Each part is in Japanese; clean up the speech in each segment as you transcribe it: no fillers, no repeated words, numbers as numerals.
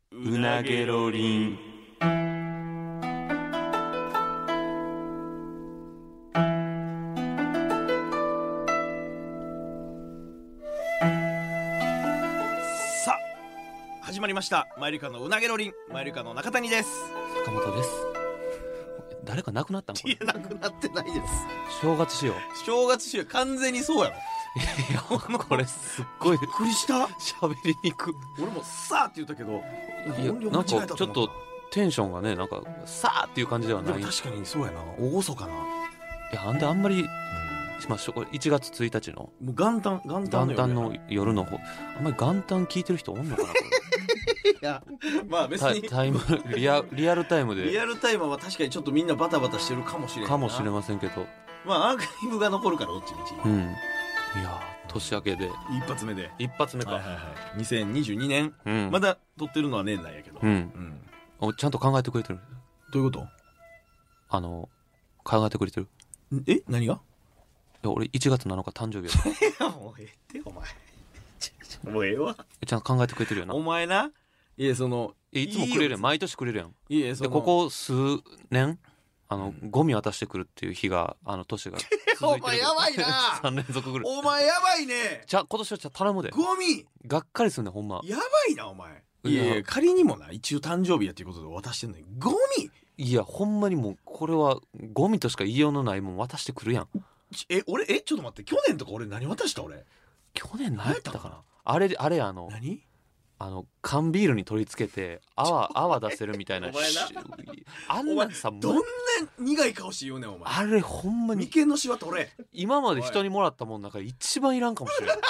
うなげろりん。さあ始まりました、マイルカのうなげろりん。マイルカの中谷です。 坂本です。誰か亡くなったの？ いや、なくなってないです。 正月仕様。 正月仕様、完全にそうやろ。 いや、これすっごいびっくりした。 喋りにく。 俺もさーって言ったけど、 いや、なんかちょっとテンションがね、なんかさーっていう感じではない。 でも確かにそうやな、厳かな。 いや、あんまり、まあ、これ1月1日のもう元旦の夜の方、あんまり元旦聞いてる人おんのかなこれ。 いや、まあ別にタイムリアルタイムでリアルタイムは確かにちょっとみんなバタバタしてるかもしれないかもしれませんけど、 まあアーカイブが残るから、どっちみち。 うん。いや、年明けで一発目か、はいはいはい、2022年、 うん、 まだ撮ってるのは年内やけど、 ちゃんと考えてくれてる。 どういうこと？ 考えてくれてる。 え、何が？ いや、俺1月7日誕生日や。 いや、もうええってお前。もうええわ。 ちゃんと考えてくれてるよな。 お前な。いや、いつもくれるやん。 毎年くれるやん。 いや、 でここ数年ゴミ渡してくるっていう日が年が続いてる。 お前やばいな。 3連続ぐらい。 お前やばいね。 今年は頼むで。 ゴミがっかりすんねん、ほんま。 やばいな、お前。いや、仮にもな、一応誕生日やっていうことで渡してんのに、ゴミ。 いや、ほんまにもうこれはゴミとしか言いようのないもん渡してくるやん。 俺ちょっと待って、去年とか俺何渡した？俺去年何やったかな。あれ何？ 缶ビールに取り付けて泡出せるみたいな。 お前な、 あんなんさ、 どんな苦い顔して言うねん、お前。 あれほんまに眉間のシワ取れ。 今まで人にもらったもんなんか一番いらんかもしれない。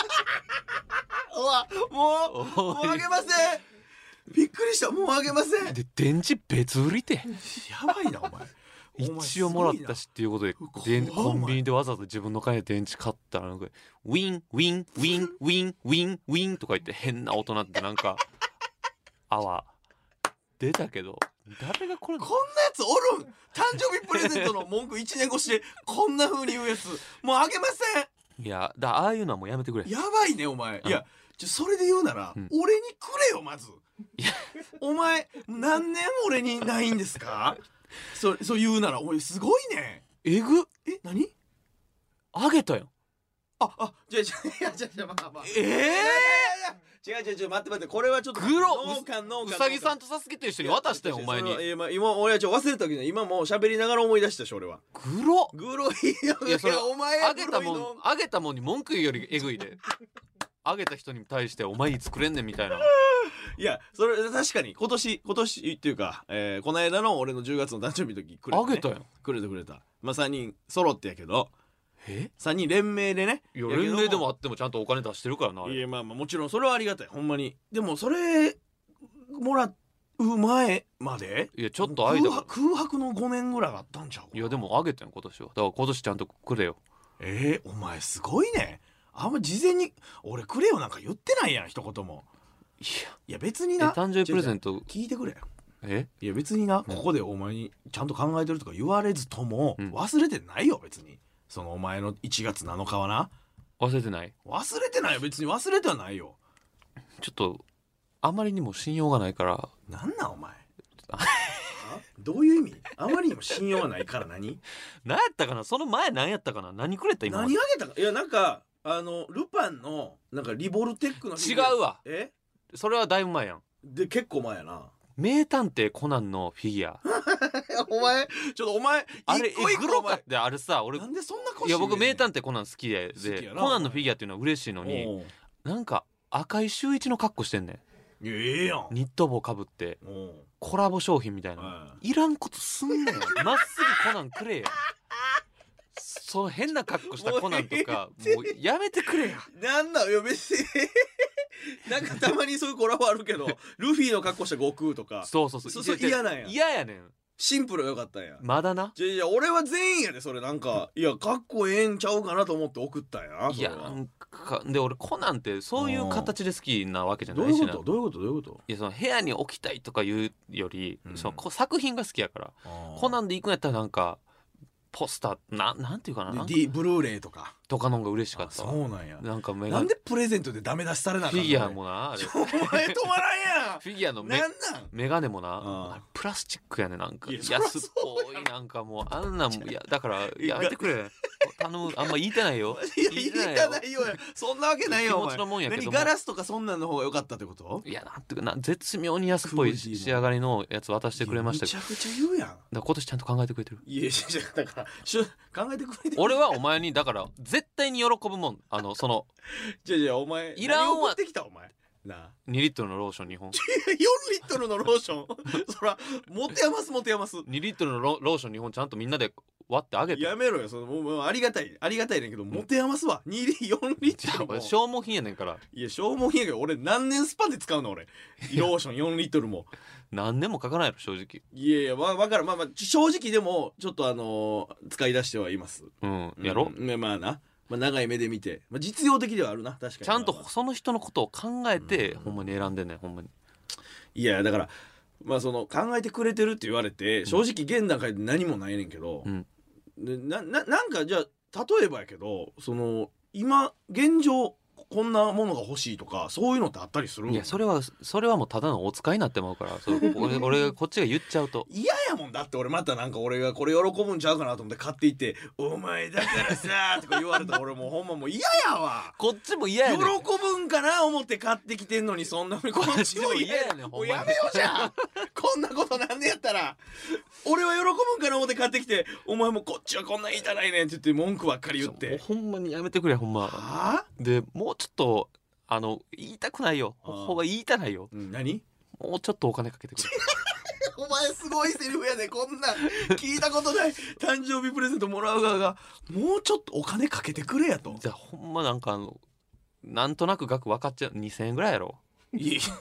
もうあげません。びっくりした。もうあげません。 で、電池別売りて。 やばいな、お前。 一応もらったしっていうことで、コンビニでわざわざ自分の金で電池買ったら、なんかウィンウィンウィンウィンウィンウィンとか言って変な音鳴って、なんか泡出たけど、誰がこんなやつおるん？誕生日プレゼントの文句1年越しでこんな風に言うやつ、もうあげません。 いや、ああいうのはもうやめてくれ。 やばいね、お前。いや、それで言うなら、俺にくれよ、まず。お前何年俺にないんですか？そう言うなら、おい、すごいね。 えぐ。 何？ あげたよ。 じゃあ、まあ。違う、待って、これはちょっと。 うさぎさんとサスケっていう人に渡したよ、お前に。 今、俺は忘れたけど、今もう喋りながら思い出したし、俺は。 グロいや、それ、お前あげたもんに文句言うよりえぐいで。あげた人に対してお前に作れんねんみたいな。 いや、それ確かに今年っていうか、この間の俺の10月の誕生日の時くれた、ね、 あげたよ。 くれた。まあ3人揃ってやけど、3人連名でね。 いや、連名でもあってもちゃんとお金出してるからな。 いや、まあもちろんそれはありがたい、ほんまに。でもそれもらう前まで、 いや、ちょっと間が空白の5年ぐらいあったんちゃうか。 いや、でもあげたよ、今年は。だから今年ちゃんとくれよ。 お前すごいね。あんま事前に俺くれよなんか言ってないやん、一言も。いや別にな、 誕生日プレゼント聞いてくれよ。いや別にな、ここでお前にちゃんと考えてるとか言われずとも、忘れてないよ、別に。そのお前の1月7日はな。 忘れてないよ、別に忘れてはないよ。 ちょっとあまりにも信用がないから。 なんなんお前。どういう意味？あまりにも信用がないから何やったかな、その前何やったかな、何くれた今。 何あげたか。いや、なんかルパンのなんかリボルテックの違うわ。それはだいぶ前やん。 で、結構前やな。 名探偵コナンのフィギュア。 お前あれグロかって。あれさ、俺なんでそんな顔してんねん。 いや、僕名探偵コナン好きでコナンのフィギュアっていうのは嬉しいのに、なんか赤井秀一の格好してんねん。 ええやん。 ニット帽かぶってコラボ商品みたいな、いらんことすんなよ。まっすぐコナンくれよ。その変な格好したコナンとかもうやめてくれや。 なんだよ、別に。なんかたまにそういうコラボあるけど、ルフィの格好した悟空とか。 そう嫌なんや。 嫌やねん。 シンプルがよかったんや。 まだな。 いや俺は全員やで、それ。なんかいや、かっこええんちゃうかなと思って送ったんや。 いや、なんかで、俺コナンってそういう形で好きなわけじゃないしな。 どういうこと？ いや、その部屋に置きたいとかいうより、その作品が好きやから。コナンで行くんやったらなんかポスターなんていうかな、 ブルーレイとかとかの方が嬉しかったわ。 そうなんや。 なんかなんでプレゼントでダメ出しされなあかんのフィギュアもなあれお前止まらんやんフィギュアのなんなんメガネもな、 あああれプラスチックやねなんかいや安っそらそうぽいなんかもうあんなんもいやだからやめてくれ頼むあんま言いてないよいやいらないよそんなわけないよお前気持ちのもんやけども何ガラスとかそんなんの方が良かったってこと？ いやなんていうかな絶妙に安っぽいクオリティの仕上がりのやつ渡してくれましたけど、 めちゃくちゃ言うやん。 だから今年ちゃんと考えてくれてる。 いやいやだから考えてくれてる。 俺はお前にだから絶対に喜ぶもんそのじゃお前いらんわ何送ってきたお前なあ 2リットルのローション2本 4リットルのローションそら持て余す 2リットルのローション2本ちゃんとみんなで割ってあげて。 やめろよそのもうありがたいねんけど持て余すわ4リッじゃあトルも消耗品やねんから。 いや消耗品やけど俺何年スパンで使うの俺ローション4リットルも何年もかからないやろ正直。 いやいやわかるまあ正直でもちょっと使い出してはいますやろ、 まあな長い目で見て、実用的ではあるな確かにちゃんとその人のことを考えて、ほんまに選んでんねんほんまに。 いやだからその考えてくれてるって言われて正直現段階で何もないねんけど、でなんかじゃあ例えばやけどその今現状こんなものが欲しいとかそういうのってあったりする？ いやそれはもうただのお使いになってまうから俺がこっちが言っちゃうと嫌やもんだって俺またなんか俺がこれ喜ぶんちゃうかなと思って買っていって「お前だからさ」とか言われたら俺もうほんまもう嫌やわこっちも嫌やねん。 喜ぶんかな思って買ってきてんのにそんなふうにこっちも嫌やねん。もうやめようじゃんこんなことなんでやったら俺は喜ぶんかな思って買ってきてお前もこっちはこんなん言いたないねんって言って文句ばっかり言っもうてほんまにやめてくれほんま。 はあでもうちょっと言いたくないよああほんま言いたないよ。 何もうちょっとお金かけてくれお前すごいセリフやでこんなん聞いたことない誕生日プレゼントもらう側がもうちょっとお金かけてくれやと。 じゃあほんまなんかなんとなく額分かっちゃう2000円ぐらいやろ。 いや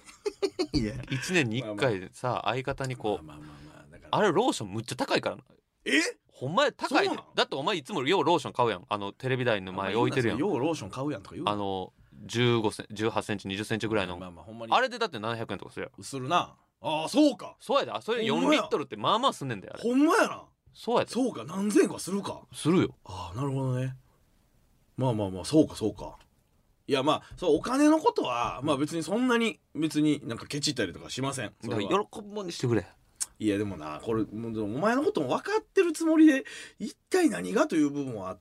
1年に1回でさ相方にこうだからあれローションむっちゃ高いからな。 えほんまや高いでそうなんだってお前いつもようローション買うやんテレビ台の前置いてるやんようローション買うやんとか言う 15セン18センチ20センチぐらいのほんまにあれでだって700円とかするやろ。 するなああそうかそうやでそれ4 ほんまやリットルってまあまあすんねんだよあれ。 ほんまやなそうやでそうか何千円かするかするよ。 ああなるほどねまあそうかいやそうお金のことは別にそんなになんかケチったりとかしませんそだれはから喜ぶもんにしてくれ。 いやでもなこれもうお前のことも分かってるつもりで一体何がという部分はあって、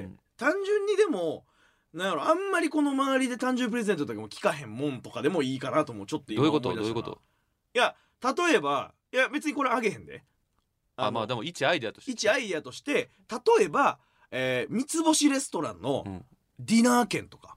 単純にでもなんやろあんまりこの周りで誕生日プレゼントとかも聞かへんもんとかでもいいかなともちょっと今どういうこと思い出したな。 どういうこと。 いや例えばいや別にこれあげへんでまあでも一アイデアとして一アイデアとして例えば、三つ星レストランのディナー券とか、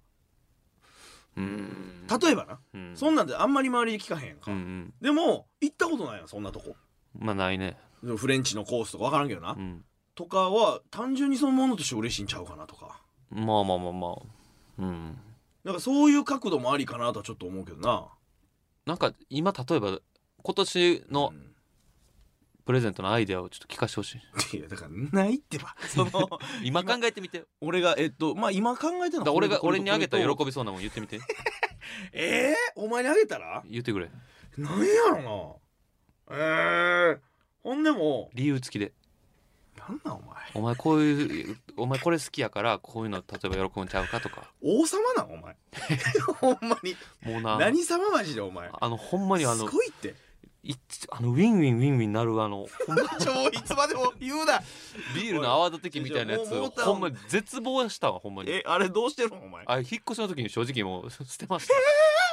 例えばな、そんなんであんまり周りで聞かへんやんか、でも行ったことないやんそんなとこ。 まあないね。 フレンチのコースとか分からんけどな、とかは単純にそのものとして嬉しいんちゃうかなとかまあなんかそういう角度もありかなとはちょっと思うけどな。 なんか今例えば今年のプレゼントのアイデアをちょっと聞かせてほしい。 いやだからないってばその今考えてみて。 俺が今考えてるのは俺にあげたら喜びそうなもん言ってみて。 お前にあげたら言ってくれ。 なんやろなほんでも理由付きで。 なんなんお前これ好きやからこういうの例えば喜ぶんちゃうかとか。 王様なんお前ほんまにもうな何様マジでお前ほんまにすごいってウィンウィンウィンウィンなるほんまいつまでも言うなビールの泡立て器みたいなやつもうほんまに絶望したわほんまに。 あれどうしてるのお前引っ越しの時に正直もう捨てました。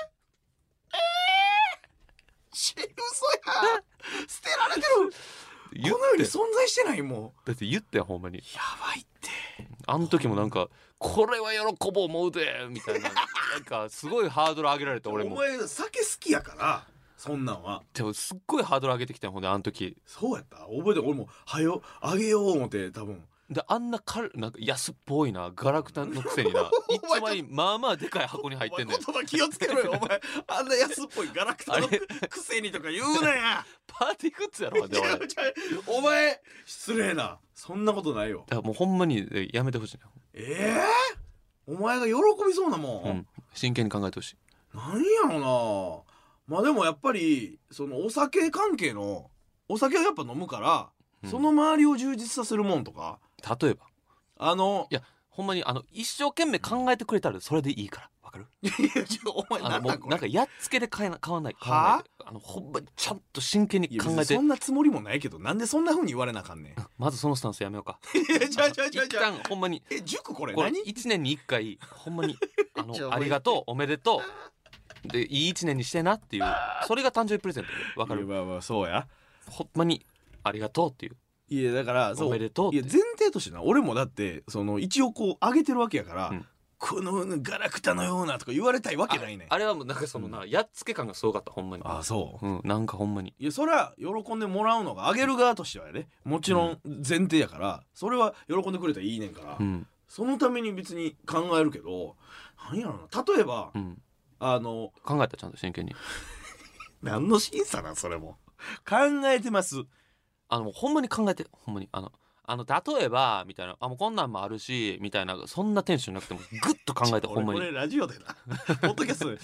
嘘や捨てられてるこの世に存在してないもだって言ってよほんまに。 うやばいってあの時もなんかこれは喜ぼう思うでみたいななんかすごいハードル上げられて俺も。 お前酒好きやからそんなんはでもすっごいハードル上げてきたよほんであの時。 そうやった覚えてる俺もはよあげよう思って多分であんななんか安っぽいなガラクタのくせにな一枚にまあまあでかい箱に入ってんねん。 言葉気をつけろよお前あんな安っぽいガラクタのくせにとか言うなやパーティーグッズやろで俺。 お前失礼なそんなことないよ。 だからもうほんまにやめてほしいな。 お前が喜びそうなもん、 真剣に考えてほしい。 なんやろなでもやっぱりそのお酒関係のお酒をやっぱ飲むからその周りを充実させるもんとか、 例えばいやほんまに一生懸命考えてくれたらそれでいいからわかる。 いやお前なんだこれもうなんかやっつけで買わないはほんまにちゃんと真剣にいや考えて。 そんなつもりもないけど、なんでそんな風に言われなあかんねん。 まずそのスタンスやめようか。 いやちゃう一旦ほんまに塾これこれ何 1年に1回ほんまにちょありがとうおめでとうでいい1年にしてなっていう、それが誕生日プレゼントでわかる。 いやまあそうや。 ほんまにありがとうっていう、 いやだからそうおめでとうっていや前提としてな、俺もだって一応こう上げてるわけやから、 うんこのガラクタのようなとか言われたいわけないねん。 あれはもうなんかやっつけ感がすごかったほんまに。 あそううん、なんかほんまにいやそれは喜んでもらうのが上げる側としてはやでもちろん前提やから、それは喜んでくれたらいいねんから、 うんそのために別に考えるけど、なんやろな、例えば、 うん考考えたちゃんと真剣に何の審査なんそれも考えてます。 もうほんまに考えて、ほんまに例えばみたいな、もうこんなんもあるしみたいな、そんなテンションなくてもグッと考えてほんまに俺これラジオでなポッドキャストで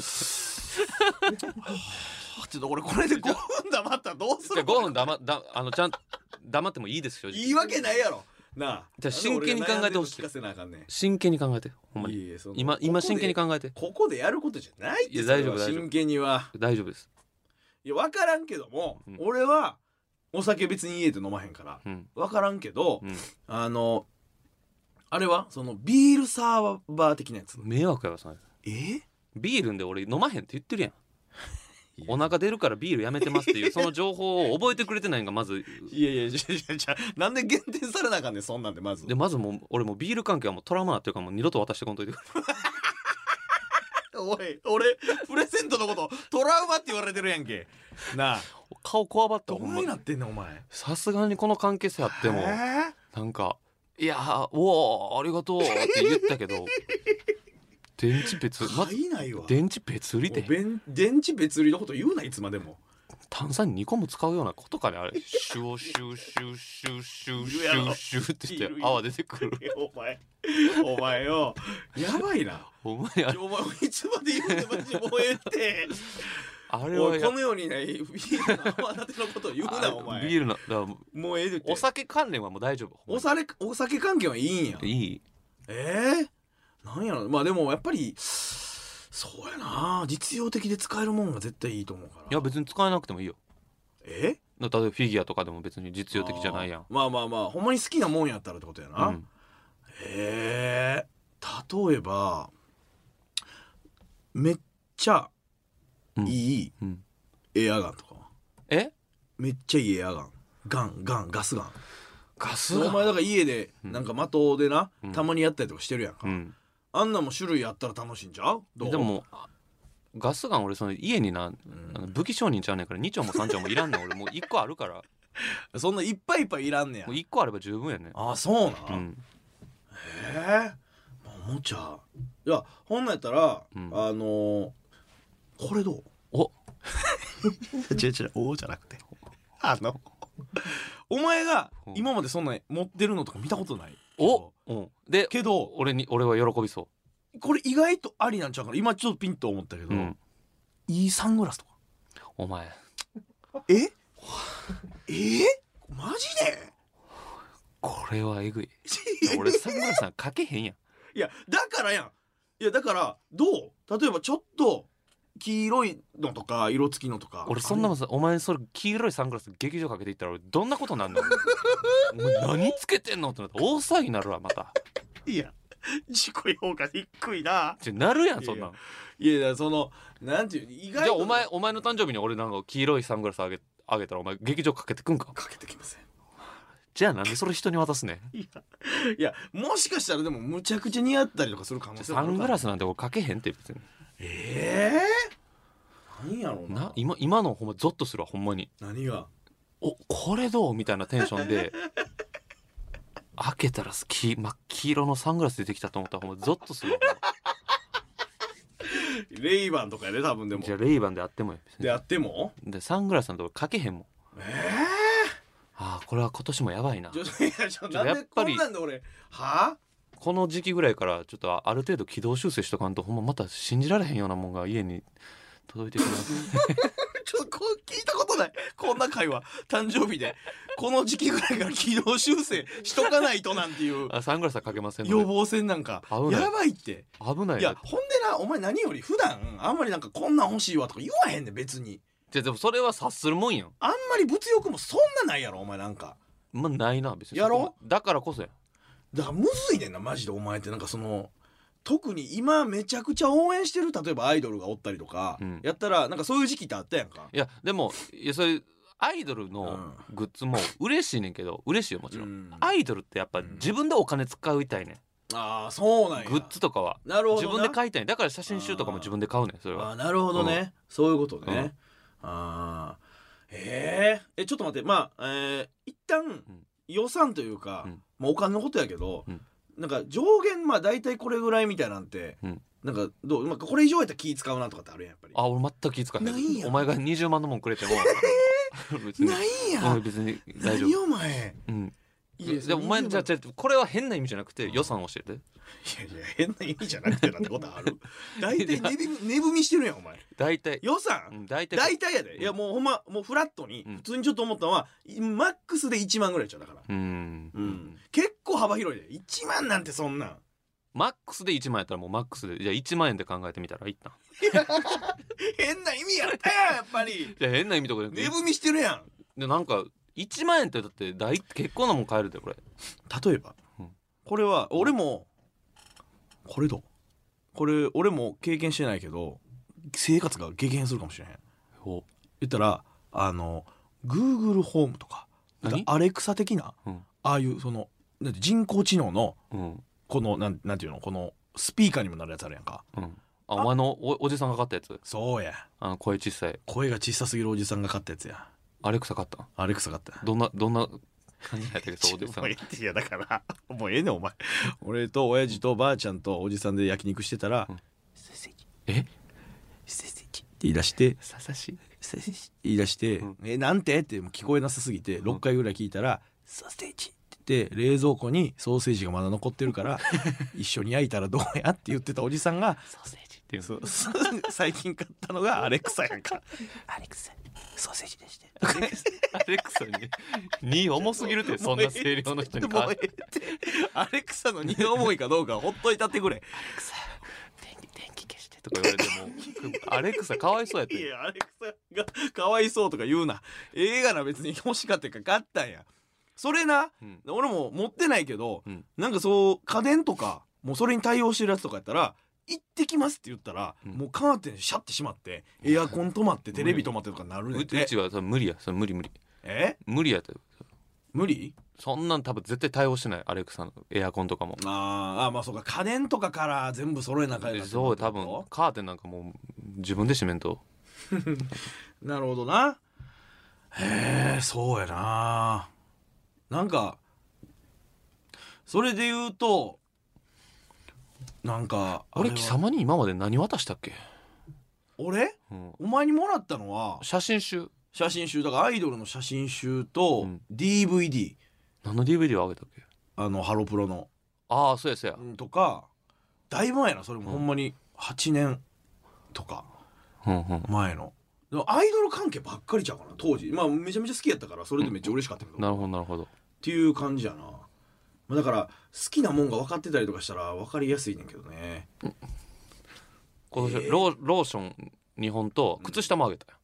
ちょっと俺これで5分黙ったらどうすじゃある 5分ちゃんと黙ってもいいです正直。 いいわけないやろなあ。 じゃあ真剣に考えてほしい。 聞かせなあかんねん。 真剣に考えてほんまに。 いやその今真剣に考えて。 ここでやることじゃないって。 いや大丈夫それは真剣には。 大丈夫です。 いや分からんけども、 うん俺はお酒別に家で飲まへんからうん分からんけど、 うんあれはビールサーバー的なやつ。 迷惑やわそれ。 えビールんで俺飲まへんって言ってるやん。お腹出るからビールやめてますっていうその情報を覚えてくれてないんがまず。 いやいやじゃなんで減点されなあかんねんそんなんで。まずでまずもう俺もうビール関係はもうトラウマなっていうかもう二度と渡してこんといてくれ。 おい俺プレゼントのことトラウマって言われてるやんけなあ。 顔こわばったどほんまにないなってんねんお前。 さすがにこの関係性あってもえなんかいやーおーありがとうって言ったけど電池別ー、 まずいないわ。 電池別売りで電池別売りのこと言うないつまでも。 炭酸2個も使うようなことかねあれシューシューシューシューシューシューシューってして泡出てくる。 お前よやばいな。 ほんまにあれお前いつまで言うてマジもうええってあれはおいこの世にないビールの泡立てのことを言うなお前。 ビールのだからもうええでって。 お酒関連はもう大丈夫。 お酒関係はいいんや。 いい。 なんやろ。まあでもやっぱりそうやな、実用的で使えるもんが絶対いいと思うから。 いや別に使えなくてもいいよ。例えばフィギュアとかでも別に実用的じゃないやん。 まあほんまに好きなもんやったらってことやな、 うん例えばめっちゃいいうんエアガンとかは、 えめっちゃいいエアガンガスガン。 ガスお前だから家でなんか的でな、 うんたまにやったりとかしてるやんか、 うんあんなんも種類あったら楽しいんちゃう。どうでもガスガン俺家にな武器商人ちゃうねんから2丁も3丁もいらんねん俺もう1個あるからそんないっぱいいっぱいいらんねや。 もう1個あれば十分やねん。 あそうな、 うんおもちゃいやほんなんやったら、 うんこれどう。 お違うおじゃなくてお前が今までそんなん持ってるのとか見たことないおうんでけど俺は喜びそこれ意外とありなんちゃうから今ちょっとピンと思ったけど、 う。うんいいサングラスとか。 お前えマジでこれはえぐい。俺サングラスなんかかけへんやん。 いやだからやん。いやだからどう、例えばちょっと黄色いのとか色付きのとか。 俺そんなもんさお前それ黄色いサングラス劇場かけていったら俺どんなことなんのお前何つけてんのってなったら大騒ぎになるわまた。 いや自己評価低いな。 なるやんそんなん。 いやなんていう意外じゃとあお前の誕生日に俺なんか黄色いサングラスあげたらお前劇場かけてくんか。 かけてきません。 じゃあなんでそれ人に渡すねん。 いやもしかしたらでもむちゃくちゃ似合ったりとかする可能性サングラスなんて俺かけへんって別に。 何やろうな。 今のほんまゾッとするわほんまに。 何がおこれどうみたいなテンションで開けたら真っ黄色のサングラス出てきたと思ったらほんまゾッとするわ。 レイバンとかやで多分でも。 じゃあレイバンであってもよ別にであってもでサングラスなんて俺かけへんもん。ああこれは今年もやばいな。 なんでこんなんで俺この時期ぐらいからちょっとある程度軌道修正しとかんとほんままた信じられへんようなもんが家に届いてきます。 ちょっと聞いたことない。 こんな会話誕生日でこの時期ぐらいから軌道修正しとかないとなんていうあ、サングラスはかけませんので予防線なんか危ないやばいって。 危ない。 いやほんでな、お前何より普段あんまりなんかこんなん欲しいわとか言わへんねん別に。 でもそれは察するもんやん。 あんまり物欲もそんなないやろお前。なんかまあないな別に。 やろだからこそや。 だからむずいねんなマジで。お前ってなんかその特に今めちゃくちゃ応援してる例えばアイドルがおったりとか、やったらなんかそういう時期ってあったやんか。 いやでもそういうアイドルのグッズも嬉しいねんけど、嬉しいよもちろん、アイドルってやっぱ自分でお金使いたいねん。 ああそうなんや。 グッズとかはなるほどな、 自分で買いたい。だから写真集とかも自分で買うねんそれは。 あなるほどね、そういうことね、ああちょっと待って、まあ、一旦予算というか、まあ、お金のことやけど、なんか上限まあ大体これぐらいみたいなんて、なんかどう、まあ、これ以上やったら気使うなとかってあるやんやっぱり。 あ俺全く気使えへん。お前が20万のもんくれても別にないんや。 別に大丈夫。 何お前。 いやでもお前じゃあこれは変な意味じゃなくて予算教えて。 いやいや変な意味じゃなくてなんてことある。大体値踏みしてるやんお前。 大体予算、 大体やで。いやもうほんまもうフラットに普通にちょっと思ったのは、マックスで1万ぐらいちゃうだから。結構幅広いで。1万なんてそんなん。 マックスで1万やったらもうマックスでじゃあ1万円で考えてみたらいいな。 変な意味やったやんやっぱり。 いや変な意味とかで値踏みしてるやん。 でなんか1万円ってだって結構なもん買えるでこれ。 例えば、これは俺もこれどう、これ俺も経験してないけど生活が激変するかもしれへん。言ったらGoogle ホームとかアレクサ的な、ああいうその人工知能の、このなんていうの、このスピーカーにもなるやつあるやんか。 お前の おじさんが買ったやつ。 そうや。 声小さい。 声が小さすぎるおじさんが買ったやつや。 アレクサ買った。 アレクサ買った。 どんな感じやったけどおじさん。 いやだからもうええねんお前。俺と親父とばあちゃんとおじさんで焼肉してたら「えって言い出してささし言い出して「なんて?」って聞こえなさすぎて6回ぐらい聞いたら「ソーセージ」って言って冷蔵庫にソーセージがまだ残ってるから一緒に焼いたらどうやって言ってたおじさんがソーセージっていう最近買ったのがアレクサやんか。アレクサソーセージでしてアレクサに重すぎるってそんな声量の人にアレクサの荷重いかどうかほっといたってくれ。 アレクサ電気消してとか言われてもアレクサかわいそうやって。 いやアレクサがかわいそうとか言うな。映画な別に欲しかったか買ったんや。それな、俺も持ってないけど、なんかそう家電とかもうそれに対応してるやつとかやったら行ってきますって言ったら、もうカーテンシャッてしまってエアコン止まってテレビ止まってとかなるねんて。 うちは無理や。それ無理無理やって。 無理。 そんなん多分絶対対応してない。アレクサのエアコンとかも。 まあそうか、家電とかから全部揃えなかった。 そう多分カーテンなんかもう自分で閉めんとなるほどな。へえそうやな。なんかそれで言うとなんか俺貴様に今まで何渡したっけ。 俺、お前にもらったのは写真集だからアイドルの写真集と DVD、 何の DVD をあげたっけ。 ハロプロのああそうやそうや、 とかだいぶ前やな。それもほんまに8年とか前の、でもアイドル関係ばっかりちゃうかな当時。まあめちゃめちゃ好きやったからそれでめっちゃ嬉しかったけど、 なるほどなるほどっていう感じやな。まあ、だから好きなもんが分かってたりとかしたら分かりやすいねんけどね。 今年ローション2本と靴下もあげたよ。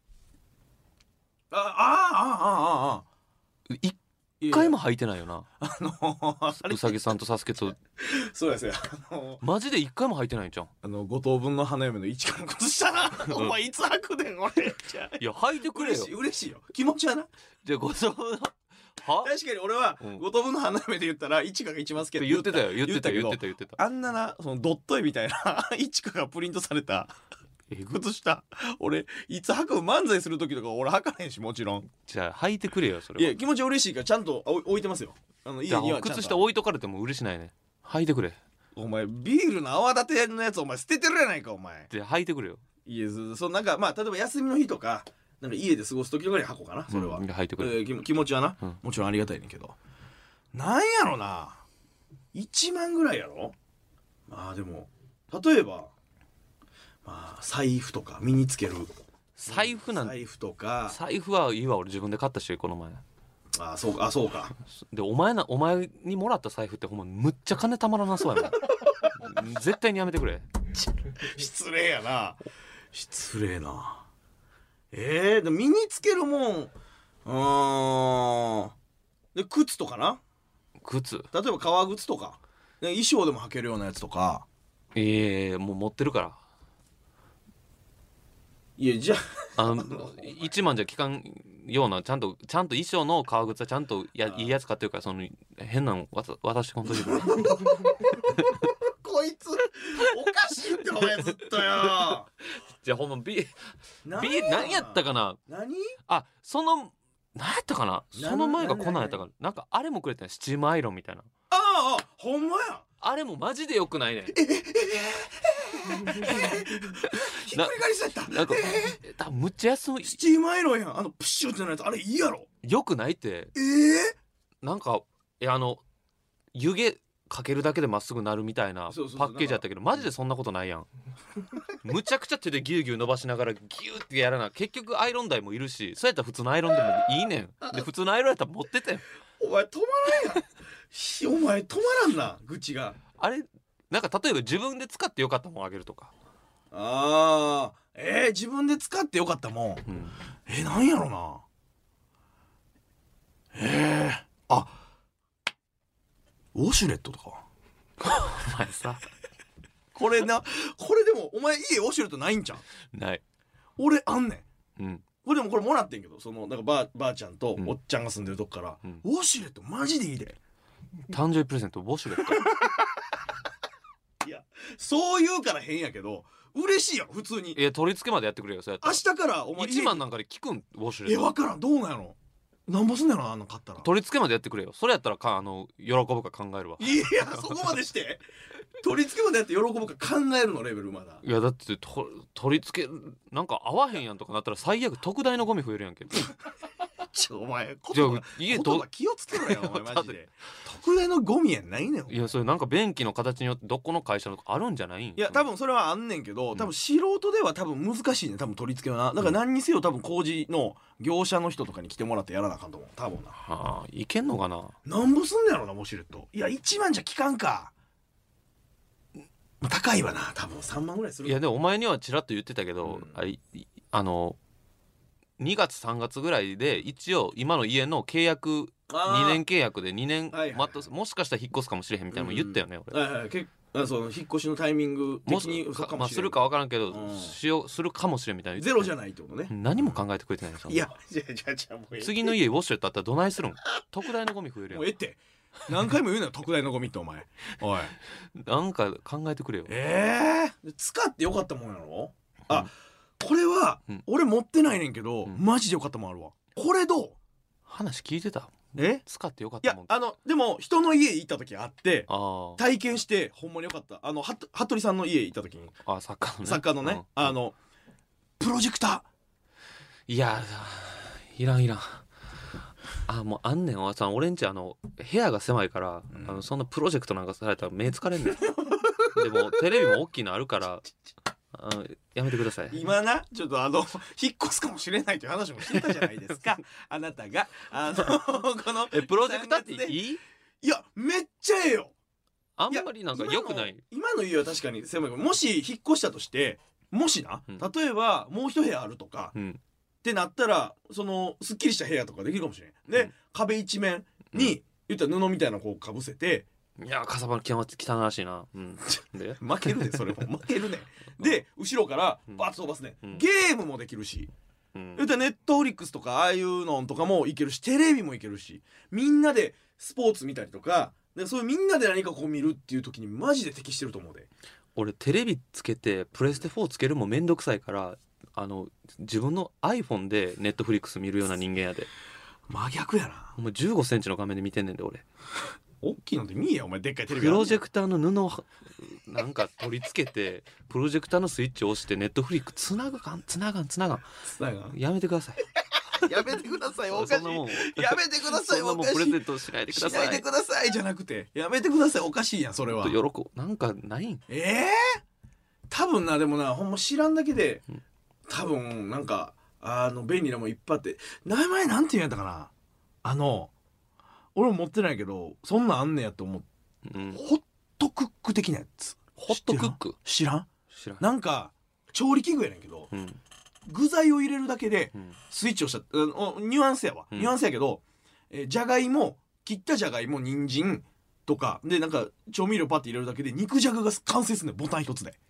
一回も履いてないよな。うさぎさんとサスケとそうですよ。 マジで一回も履いてないんじゃん。 5等分の花嫁の一から靴下な。お前いつ履くねん俺。 いや履いてくれよ。 嬉しいよ気持ちはな。 じゃあ5等分のは確かに俺は5等分の花嫁で言ったら一花が一番好きって言ってたよ。 言ってたあんななそのドット絵みたいな一花がプリントされた靴下俺いつ履く漫才する時とか俺履かへんしもちろん。 じゃあ履いてくれよそれは。 いや気持ちは嬉しいからちゃんと置いてますよ。 家には靴下置いとかれても嬉しないね。履いてくれ。 お前ビールの泡立てのやつお前捨ててるやないかお前。 で履いてくれよ。 いやそうなんかまあ例えば休みの日とかなんか家で過ごす時とかに履こうかなそれは、 履いてくれ。 気持ちはな、もちろんありがたいねんけどなんやろな1万ぐらいやろ。まあでも例えばまあ財布とか身につける財布なんて、 財布とか。 財布はいいわ、俺自分で買ったしこの前。 あ、そうか、あ、そうか。 でお前にもらった財布ってほんまむっちゃ金たまらなそうやもん絶対にやめてくれ。 失礼やな。失礼な。でも身につけるもん、で靴とかな。 靴、 例えば革靴とか、衣装でも履けるようなやつとか。 もう持ってるから。 いや、じゃあの1万じゃ効かんようなちゃんと衣装の革靴はちゃんといいやつ買ってるから、その変なの渡してこんといてくれこいつおかしいってお前ずっとよ。 じゃあほんま B 何やったかな。 何何やったかな。その前がこんなんやったかな。なんかあれもくれたん、スチームアイロンみたいな。 ああ、ほんまや。 あれもマジでよくないねん。 ひっくり返りそうやった。 なんか多分むっちゃ安い。 スチームアイロンやん。プッシュってなるやつ、あれいいやろ。 よくないって。なんか湯気かけるだけでまっすぐなるみたいなパッケージやったけど、マジでそんなことないやん。むちゃくちゃ手でギューギュー伸ばしながらギューってやらな、結局アイロン台もいるし、そうやったら普通のアイロンでもいいねん。で普通のアイロンやったら持っててん。 お前止まらんやん。お前止まらんな、愚痴が。 あれなんか例えば自分で使ってよかったもんあげるとか。 自分で使ってよかったもん、なんやろな。ウォシュレットとか。 お前さこれでもお前家ウォシュレットないんちゃう。 ない。 俺あんねん。 うん。 これもらってんけど、なんかばあちゃんとおっちゃんが住んでるとこから、ウォシュレットマジでいいで。 誕生日プレゼントウォシュレット。 いや、そう言うから変やけど嬉しいやろ普通に。 取り付けまでやってくれよ。そうやったら明日からお前 1万なんかで聞くんウォシュレット。 分からん、どうなんやろ。なんぼすんねやろ、あんの買ったら。 取り付けまでやってくれよ。それやったら喜ぶか考えるわ。 いや、そこまでして取り付けまでやって喜ぶか考えるのレベルまだ。 いやだって取り付けなんか合わへんやんとかなったら最悪特大のゴミ増えるやんけ。 お前じゃあ言葉気をつけろよお前マジで。特大のゴミやないねん。 いやそれなんか便器の形によってどこの会社のとかあるんじゃないん。 いや多分それはあんねんけど、多分素人では多分難しいね、多分取り付けはな。だから何にせよ多分工事の業者の人とかに来てもらってやらなあかんと思う多分な。 はあ、いけんのかな。 なんぼすんねやろなウォシュレット。いや1万じゃ効かんか。高いわな、多分3万ぐらいする。 いやでもお前にはちらっと言ってたけど、2月3月ぐらいで一応今の家の契約2年契約で2年もしかしたら引っ越すかもしれへんみたいなのも言ったよね、 俺。その引っ越しのタイミング的にするか分からんけど、するかもしれんみたいな。 ゼロじゃないってことね。 何も考えてくれてない。 いやじゃあもう次の家ウォシュレットあったらどないするん。特大のゴミ増えるやん。 もうって何回も言うなよ特大のゴミってお前。おいなんか考えてくれよ。 使ってよかったもんやろ。これは俺持ってないねんけど、マジでよかったもんあるわ。これどう。 話聞いてた。使ってよかっいやたもん。 でも人の家行った時あってあ体験してほんまによかった。服部さんの家行った時にサッカーのね、プロジェクター。 いやいらんもうあんねん。俺んち部屋が狭いから、そんなプロジェクトなんかされたら目疲れんねん。でもテレビも大きいのあるからやめてください。 今なちょっと引っ越すかもしれないという話もしてたじゃないですかあなたがこのプロジェクターっていい？ いやめっちゃええよ。 あんまりなんか良くない。 今の家は確かに狭い。もし引っ越したとしてもしな、例えばもう一部屋あるとか、ってなったらすっきりした部屋とかできるかもしれん。で、壁一面に、言ったら布みたいなのこうかぶせて。 いやかさばる汚らしいな。 で負けるねそれも負けるね。で後ろからバッと飛ばすね、ゲームもできるし、言ったらネットフリックスとかああいうのとかもいけるし、テレビもいけるし、みんなでスポーツ見たりとか、そういうみんなで何かこう見るっていう時にマジで適してると思うで。 俺テレビつけてプレステ4つけるもめんどくさいから自分の iPhone でネットフリックス見るような人間やで。 真逆やな。 お前15センチの画面で見てんねんで俺。 大きいので見えやお前。でっかいテレビプロジェクターの布をなんか取り付けてプロジェクターのスイッチを押してネットフリックスつながんやめてください。 やめてくださいおかしい。やめてくださいおかしい。そんなもんプレゼントしないでください。 しないでくださいじゃなくてやめてくださいおかしいやんそれは。 なんかないん。 多分なでもなほんま知らんだけで、 多分なんか便利なもんいっぱいあって、名前なんて言うんやったかな、俺も持ってないけどそんなんあんねやと思う、ホットクック的なやつ。 ホットクック知らん？ 知らん。 なんか調理器具やねんけど、具材を入れるだけでスイッチをした、ニュアンスやわ、ニュアンスやけど、じゃがいも、切ったじゃがいも、人参とかでなんか調味料パッて入れるだけで肉じゃがが完成するねん、ボタン一つで。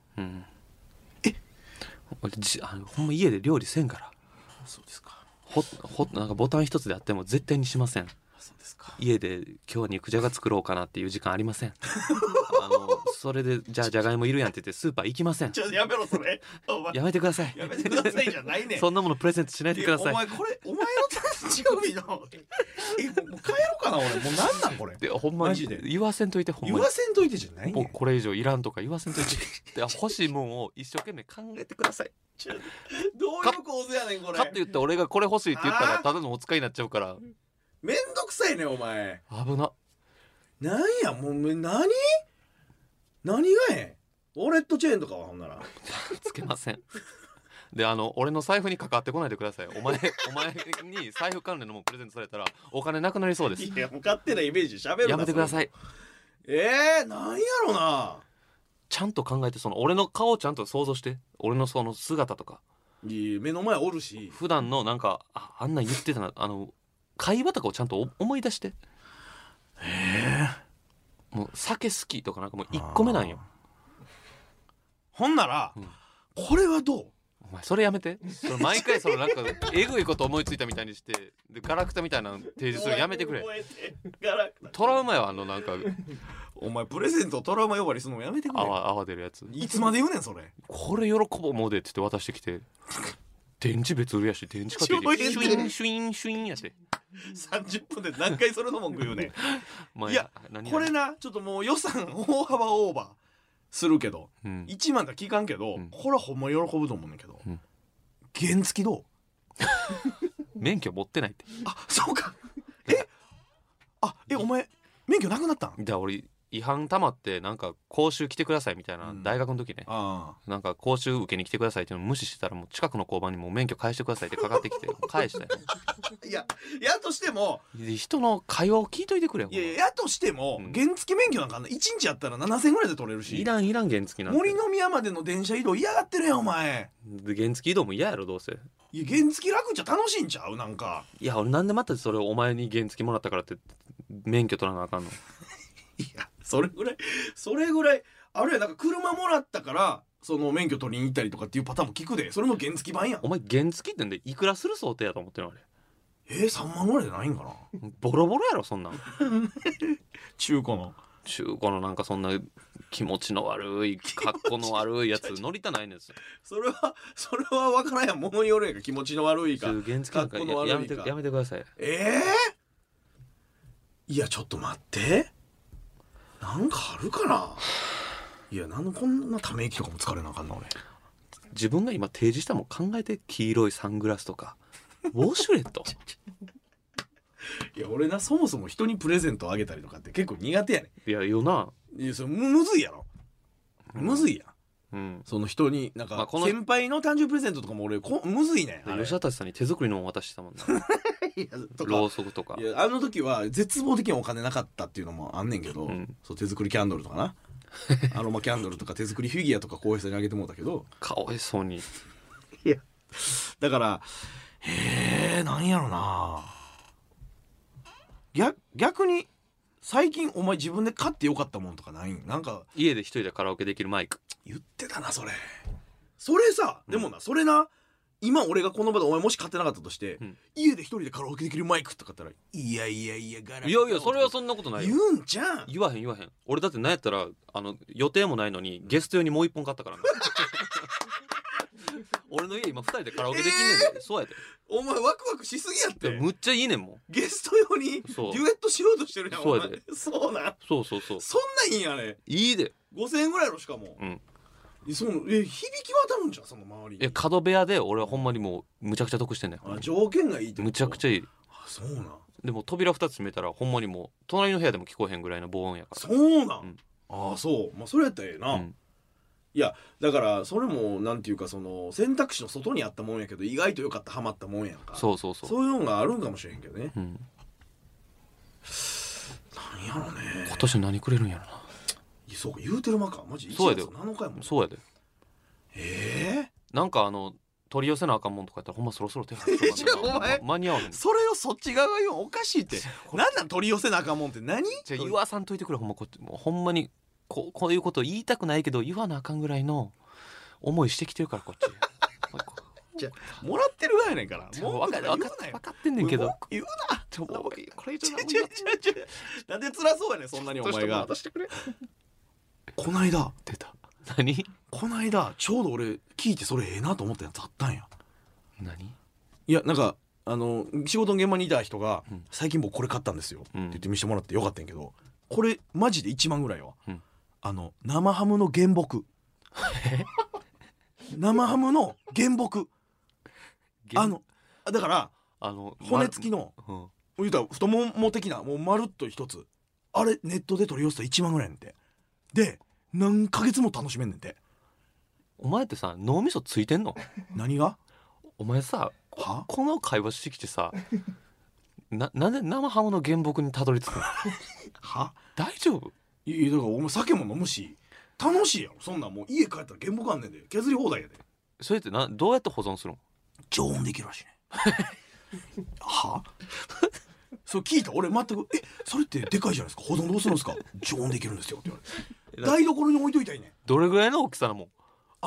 俺ほんま家で料理せんから。 そうですか。 なんかボタン一つであっても絶対にしません。 そうですか。 家で今日は肉じゃが作ろうかなっていう時間ありません。それでじゃがいもいるやんって言ってスーパー行きません。 やめろそれ。 やめてください。 やめてくださいじゃないねん。 そんなものプレゼントしないでください。 お前これお前の誕生日のもう帰ろうかな俺。もうなんなんこれ。 でほんまに言わせんといて、ほんまに言わせんといてじゃないねん。 もうこれ以上いらんとか言わせんといて。で欲しいもんを一生懸命考えてください。 どういう構図やねんこれ。 かって言って俺がこれ欲しいって言ったらただのお使いになっちゃうから。 めんどくさいねお前。 危な。 なんやもう何がウォレットチェーンとかはほんならつけません。で俺の財布に関わってこないでください。お前に財布関連のものプレゼントされたらお金なくなりそうです。 いやもう勝手なイメージしゃべるな。 やめてください。 なんやろな。 ちゃんと考えて、俺の顔をちゃんと想像して、俺のその姿とか。 いや目の前おるし、 普段のなんかあんなん言ってたな、会話とかをちゃんと思い出して。もう酒好きとかなんかもう1個目なんよ。 ほんなら、これはどう？ お前それやめて。毎回なんかえぐいこと思いついたみたいにしてでガラクタみたいなの提示するのやめてくれ。トラウマよなんか。 お前プレゼントトラウマ呼ばわりするのやめてくれ。 泡出るやついつまで言うねんそれ。 これ喜ぼうもうでって言って渡してきて電池別売りやし電池買ってきてシュインシュインシュインやって 30分で何回それの文句言うねん。いやこれなちょっともう予算大幅オーバーするけど、1万か聞かんけど、これはほんま喜ぶと思うねんけど、原付どう？ 免許持ってないって。 そうか。お前免許なくなったん？ じゃあ俺違反たまってなんか講習来てくださいみたいな、大学の時ね、なんか講習受けに来てくださいっていうの無視してたらもう近くの交番にもう免許返してくださいってかかってきて返したよ。 いやとしても人の会話を聞いといてくれよ。 やとしても、原付免許なんか1日やったら7000ぐらいで取れるし。 いらん原付なんて。 森の宮までの電車移動嫌がってるやんお前。 で原付移動も嫌やろどうせ。 いや原付楽じゃ楽しいんちゃう？なんかいや俺なんでまたそれお前に原付もらったからって免許取らなあかんの？ いやそれぐらいあるいはなんか車もらったからその免許取りに行ったりとかっていうパターンも聞くで。それの原付版やん。 お前原付ってんでいくらする想定やと思ってるのあれ。 3万ぐらいじゃないんかな。 ボロボロやろそんなん。 中古のなんかそんな気持ちの悪い格好の悪いやつ乗りたないんですよ。 それは分からんやん。物によるやんか。気持ちの悪いか格好の悪いかやめてください。 いやちょっと待って、なんかあるかな。いやなんでこんなため息とかも疲れなあかんな俺。 自分が今提示したもん考えて。黄色いサングラスとかウォシュレット。 いや俺なそもそも人にプレゼントあげたりとかって結構苦手やねん。いやよな。 いやそれむずいやろ。むずいやん。その人になんか先輩の誕生日プレゼントとかも俺むずいねん。 吉田達さんに手作りのも渡してたもんな。ろうそくとか。 いや時は絶望的にお金なかったっていうのもあんねんけど、そう手作りキャンドルとかなアロマキャンドルとか手作りフィギュアとか浩平さんにあげてもうたけどかわいそうに。 いやだからなんやろな。逆に最近お前自分で買ってよかったもんとかないん？なんか家で一人でカラオケできるマイク言ってたなそれさ、でもなそれな今俺がこの場でお前もし買ってなかったとして、家で一人でカラオケできるマイクとか言ったらいやガラいやそれはそんなことないよ。 言うんじゃん。 言わへん。俺だってなんやったら予定もないのにゲスト用にもう一本買ったからな。俺の家今2人でカラオケできんねんで。そうやで。 お前ワクワクしすぎやって。 むっちゃいいねんもん。 ゲスト用にデュエットしようとしてるやん。 そうやで。 そうなんそうそんないいんやね。 いいで。 5000円ぐらいのしかも。響き渡るんじゃんその周り。 角部屋で俺はほんまにもうむちゃくちゃ得してんねん。 条件がいいってこと。 むちゃくちゃいい。 そうなん。 でも扉2つ閉めたらほんまにもう隣の部屋でも聞こえへんぐらいの防音やから。 そうなん。そう。それやったらええな。 いやだからそれもなんていうかその選択肢の外にあったもんやけど意外と良かったハマったもんやんか。 そうそうそう。 そういうのがあるんかもしれへんけどね。 うん、 なんやろね。 今年何くれるんやろな。 そうか言うてる間かマジそうやで 1月7日やもん。 そうやで。 なんか取り寄せなあかんもんとかやったらほんまそろそろ手配しとかなお前間に合わへん。 それをそっち側が言うのおかしいってなんなん取り寄せなあかんもんって何。 じゃ言わさんといてくれほんまこっちもうほんまにこういうこと言いたくないけど言わなあかんぐらいの思いしてきてるからこっちじゃもらってる側やねんからもう分かってんねんけど文句言うなこれ以上なんで辛そうやねんそんなにお前が。 してくれ。 こないだ出た。何こないだちょうど俺聞いてそれええなと思ったやつあったんや。 何。 いやなんか仕事の現場にいた人が、 うん最近僕これ買ったんですよ、 うんって言って見せてもらってよかったんやけどこれマジで1万ぐらいは、 うん、 生ハムの原木生ハムの原木だから骨付きの、言うたら太もも的なもうまるっと一つあれネットで取り寄せたら1万ぐらいやねんて。で何ヶ月も楽しめんねんて。 お前ってさ脳みそついてんの。 何がお前さはこの会話してきてさなんで生ハムの原木にたどり着くのは大丈夫。 いやだからお前酒も飲むし楽しいやろそんなんもう家帰ったら原木あんねんで削り放題やで。 それってどうやって保存するの。 常温できるらしいねはそう聞いた俺全くそれってでかいじゃないですか保存どうするんですか常温できるんですよって言われて台所に置いといたいねん。 どれぐらいの大きさなもん。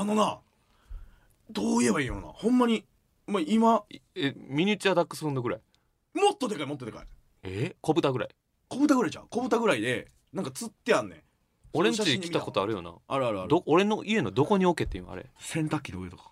どう言えばいいのなほんまに、まあ、今ミニチュアダックスフンドぐらい。 もっとでかいもっとでかい小豚ぐらい。 小豚ぐらいじゃん小豚ぐらいでなんか釣ってあんねん。 俺んち来たことあるよな。 あるあるある。 俺の家のどこに置けっていうのあれ。 洗濯機の上とか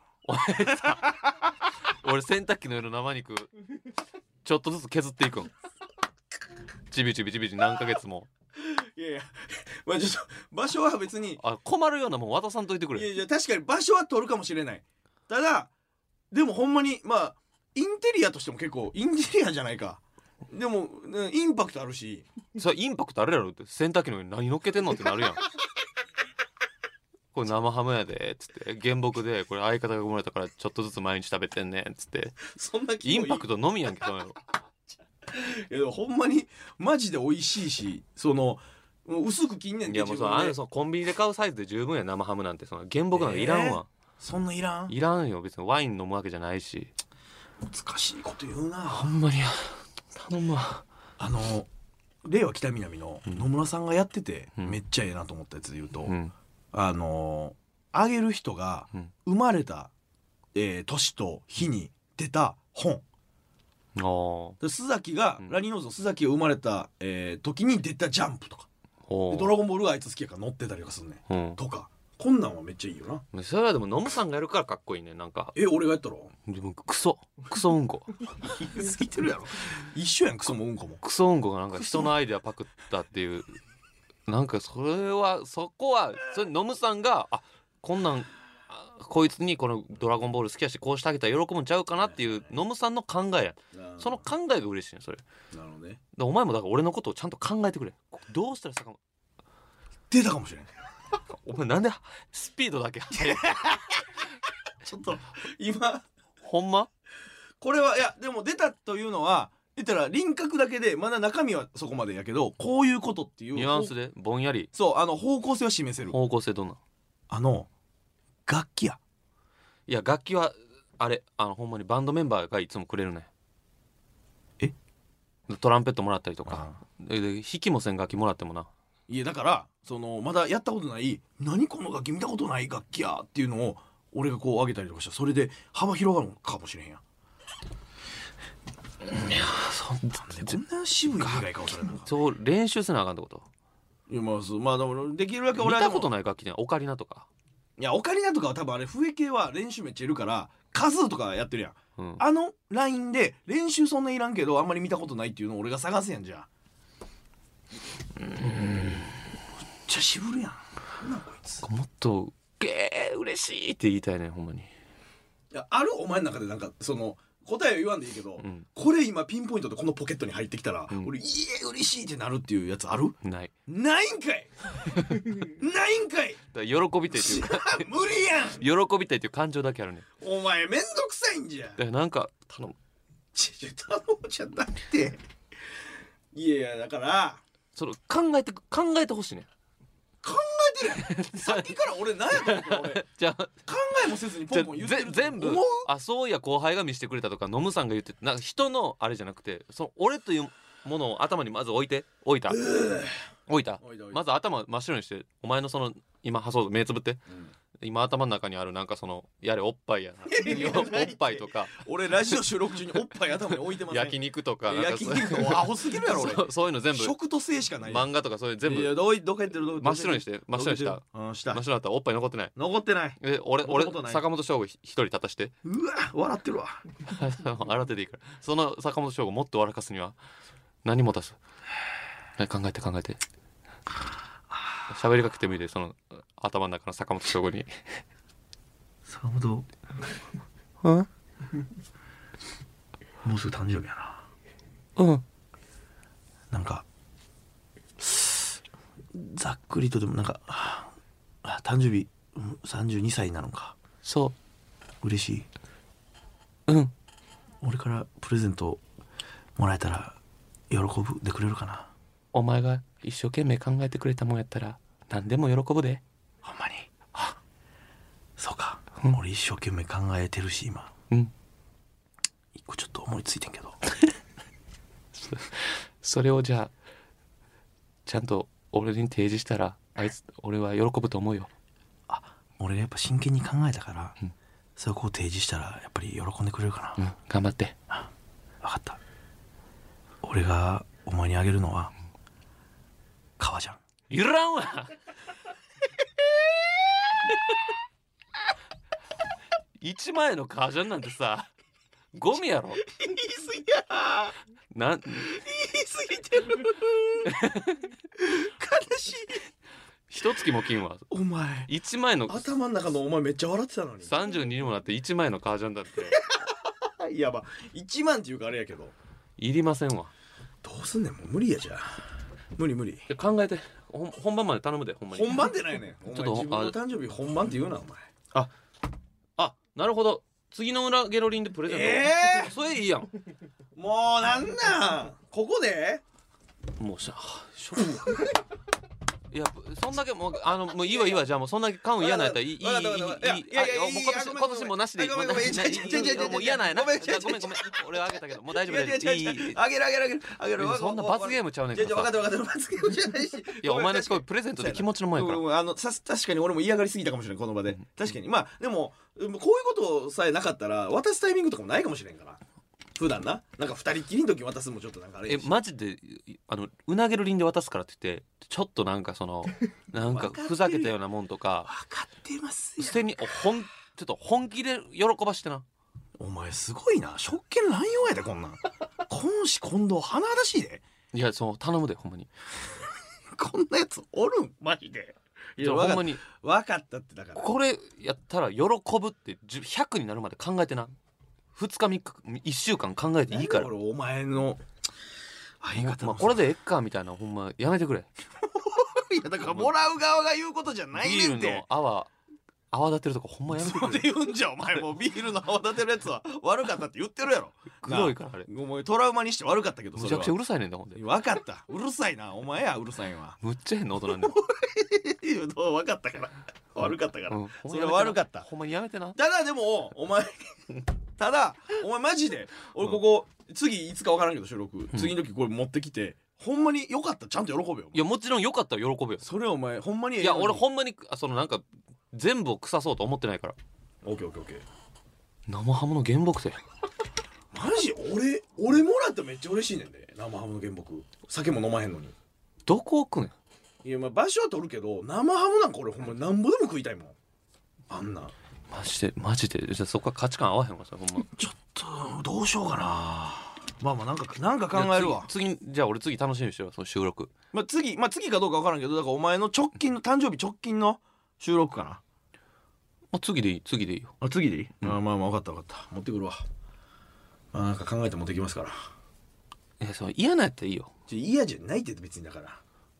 俺洗濯機の上の生肉ちょっとずつ削っていくんちびちびちびち何ヶ月も。 いやいやまあちょっと場所は別に困るようなもん渡さんといてくれ。 いや確かに場所は取るかもしれない。ただでもほんまにまあインテリアとしても結構インテリアじゃないか。でもインパクトあるし。 それインパクトあるやろって洗濯機の上に何乗っけてんのってなるやんこれ生ハムやでっつって原木でこれ相方が生まれたからちょっとずつ毎日食べてんねんっつってそんなインパクトのみやんけそのいやでもほんまにマジで美味しいし薄く切んねんいやもうそコンビニで買うサイズで十分や生ハムなんてその原木なんかいらんわ、 そんないらんいらんよ別にワイン飲むわけじゃないし。 難しいこと言うなほんまに頼むわ。 令和北南の野村さんがやってて、 うん、 めっちゃええなと思ったやつで言うと、 うん、 あげる人が生まれた、年と日に出た本、で須崎が、ラニーノーズの須崎が生まれた、時に出たジャンプとかでドラゴンボールがあいつ好きやから載ってたりとかすんねん、とかこんなんはめっちゃいいよな。それはでもノムさんがやるからかっこいいねなんか。 俺がやったろ。 でもクソうんこ言い過ぎてるやろ一緒やんクソもうんこも。 クソうんこがなんか人のアイデアパクったっていうなんかそこはノムさんがこんなんこいつにこのドラゴンボール好きやしこうしてあげたら喜ぶんちゃうかなっていうノムさんの考えや。その考えが嬉しいねそれ。 なるほどね。 お前もだから俺のことをちゃんと考えてくれ。どうしたらさ出たかもしれないお前なんでスピードだけ速いちょっと今ほんまこれはいやでも出たというのは言ったら輪郭だけでまだ中身はそこまでやけどこういうことっていうニュアンスでぼんやりそう方向性は示せる。 方向性どんな楽器や。 いや楽器はあれほんまにバンドメンバーがいつもくれるね。トランペットもらったりとかで弾きもせん楽器もらってもな。 いやだからまだやったことない何この楽器見たことない楽器やっていうのを俺がこうあげたりとかしたらそれで幅広がるのかもしれへんやん。いやそんな渋い以外かそれなんかそう練習せなあかんってこと。 いやまあでもできるだけ見たことない楽器ねオカリナとか。 いやオカリナとかは多分あれ笛系は練習めっちゃいるからカズーとかやってるやん、ラインで練習そんないらんけどあんまり見たことないっていうのを俺が探すやん。じゃあめっちゃ渋るやんなんこいつ。 もっと嬉しいって言いたいねほんまに。 いやあるお前の中でなんか答えは言わんでいいけど、これ今ピンポイントでこのポケットに入ってきたら、俺嬉しいってなるっていうやつある？ ないないんかいないんかいだから喜びたいっていうか無理やん喜びたいっていう感情だけあるね。 お前めんどくさいんじゃん。 だからなんか頼む。 頼むじゃなくて、いやいやだからそれ考えてほしいね。 考えてるやんさっきから俺何やったっけ俺じゃあ考えもせずにポンポン言ってる全部思う。 あそういや後輩が見せてくれたとかノムさんが言っててなんか人のあれじゃなくてその俺というものを頭にまず置いた置いたまず頭真っ白にしてお前のその今そう目つぶって、今頭の中にあるなんかそのやれおっぱいやなおっぱいとか俺ラジオ収録中におっぱい頭に置いてません焼肉とかなんか焼肉アホすぎるやろ俺そういうの全部食と性しかない漫画とかそういう全部いやどっか言ってる真っ白にして真っ白にした真っ白になったらおっぱい残ってない残ってない俺ことない坂本翔吾一人立たしてうわ笑ってるわ洗ってでいいからその坂本翔吾もっと笑かすには何も出す考えて喋りかけてみてその頭の中の坂本翔吾に坂本もうすぐ誕生日やななんかざっくりとでもなんか誕生日32歳なのかそう嬉しい俺からプレゼントもらえたら喜ぶでくれるかな。 お前が一生懸命考えてくれたもんやったら何でも喜ぶで。 ほんまにそうか、俺一生懸命考えてるし今一個ちょっと思いついてんけどそれをじゃあちゃんと俺に提示したら俺は喜ぶと思うよ。 俺がやっぱ真剣に考えたから、それをこう提示したらやっぱり喜んでくれるかな。 頑張って。 分かった。俺がお前にあげるのは革ジャン。 いらんわ1万円の革ジャンなんてさゴミやろ。 言い過ぎや言い過ぎてる悲しい。 一月も金はお前 1万円の頭の中のお前めっちゃ笑ってたのに 32にもなって1万円の革ジャンだっていやまあ1万っていうかあれやけどいりませんわ。 どうすんねんもう無理やじゃあ無理考えて本番まで頼むでほんまに。 本番ってないねん。お前ちょっと自分の誕生日本番って言うなお前。 なるほど次の裏ゲロリンでプレゼント、それいいやん。 もうなんなんここでもういやそんだけもうもういいわじゃあもうそんだけ買うん嫌なんやったらいい今年もなしでいい。もう嫌なんやな。ごめん俺はあげたけどもう大丈夫ですいい。 あげるそんな罰ゲームちゃうねんからさ。 分かった罰ゲームじゃないし。 いやお前のプレゼントで気持ちのもんやから。 確かに俺も嫌がりすぎたかもしれないこの場で。確かにまあでもこういうことさえなかったら渡すタイミングとかもないかもしれんから普段なんか二人きりの時渡すのもちょっとなんかあれマジでうなげるりんで渡すからって言ってちょっとなんかそのなんかふざけたようなもんとか分かってますよ。 捨てにちょっと本気で喜ばしてな。 お前すごいな職権乱用やでこんなん今子今度甚だしいで。 いやそう頼むでほんまにこんなやつおるんマジで。 いやほんまに分かったってだからこれやったら喜ぶって100になるまで考えてな。2日3日1週間考えていいから。 俺お前の相方のこれでえっかみたいなほんまやめてくれ。 いやだからもらう側が言うことじゃないねんて。 ビールの泡立てるとかほんまやめてくれ。 それ言うんじゃお前もうビールの泡立てるやつは悪かったって言ってるやろ。 黒いからあれお前トラウマにして悪かったけどむちゃくちゃうるさいねんだほんで。 分かったうるさいなお前やうるさいわ。 むっちゃ変な音なんだよ分かったから悪かったから、それは悪かった。 ほんまにやめてな。 ただでもお前お前マジで俺ここ、次いつか分からんけど収録、次の時これ持ってきてほんまによかったちゃんと喜べよ。 いやもちろんよかったら喜ぶよ。 それお前ほんまにいや俺ほんまにそのなんか全部を腐そうと思ってないから。 オッケー生ハムの原木でマジ俺もらったらめっちゃ嬉しいねんで生ハムの原木。酒も飲まへんのにどこ置くねん。 いやまあ場所は取るけど生ハムなんか俺ほんまなんぼでも食いたいもんあんな。 マジでじゃあそこは価値観合わへんわさほんま。 ちょっとどうしようかな。まあなんか考えるわ。 次じゃあ俺次楽しみにしてよその収録。 次かどうか分からんけどだからお前の直近の誕生日直近の収録かな。 次でいいよ。 次でいい、まあ分かった持ってくるわ。 なんか考えて持ってきますから。 いや、そう嫌なやったらいいよ。 嫌じゃないって別にだから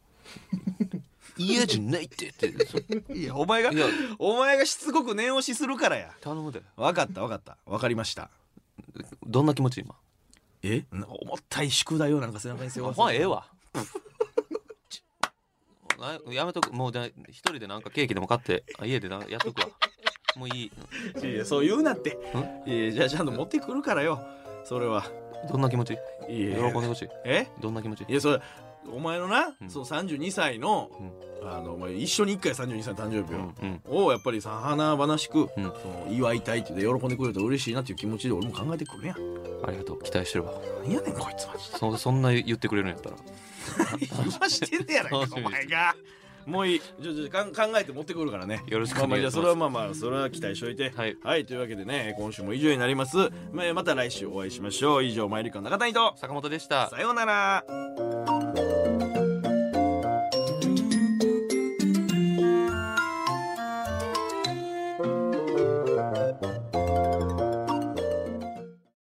嫌じゃないっていやお前がしつこく念押しするからや。 頼むで。 分かった分かりました。 どんな気持ち今？ 重たい宿題をなんか背中に背負わせて。 ほんええわやめとく。もう一人でなんかケーキでも買って家でやっとくわ。もういい。 いやそう言うなって。じゃあちゃんと持ってくるからよ。それはどんな気持ち？喜んでほしい。どんな気持ち？ いやそれお前のな、その32歳の、お前一緒に1回32歳の誕生日をやっぱりさ華々しく、その祝いたいって言って喜んでくれたら嬉しいなっていう気持ちで俺も考えてくるやん。 ありがとう。期待してるわ。 何やねんこいつマジで。そんな言ってくれるんやったら言わしてんねやないかお前が。もういい。考えて持ってくるからね。 よろしくお願いします。 じゃあそれはそれは期待しといて。はい、というわけでね、今週も以上になります。また来週お会いしましょう。以上マイリカの中谷と坂本でした。 さようなら。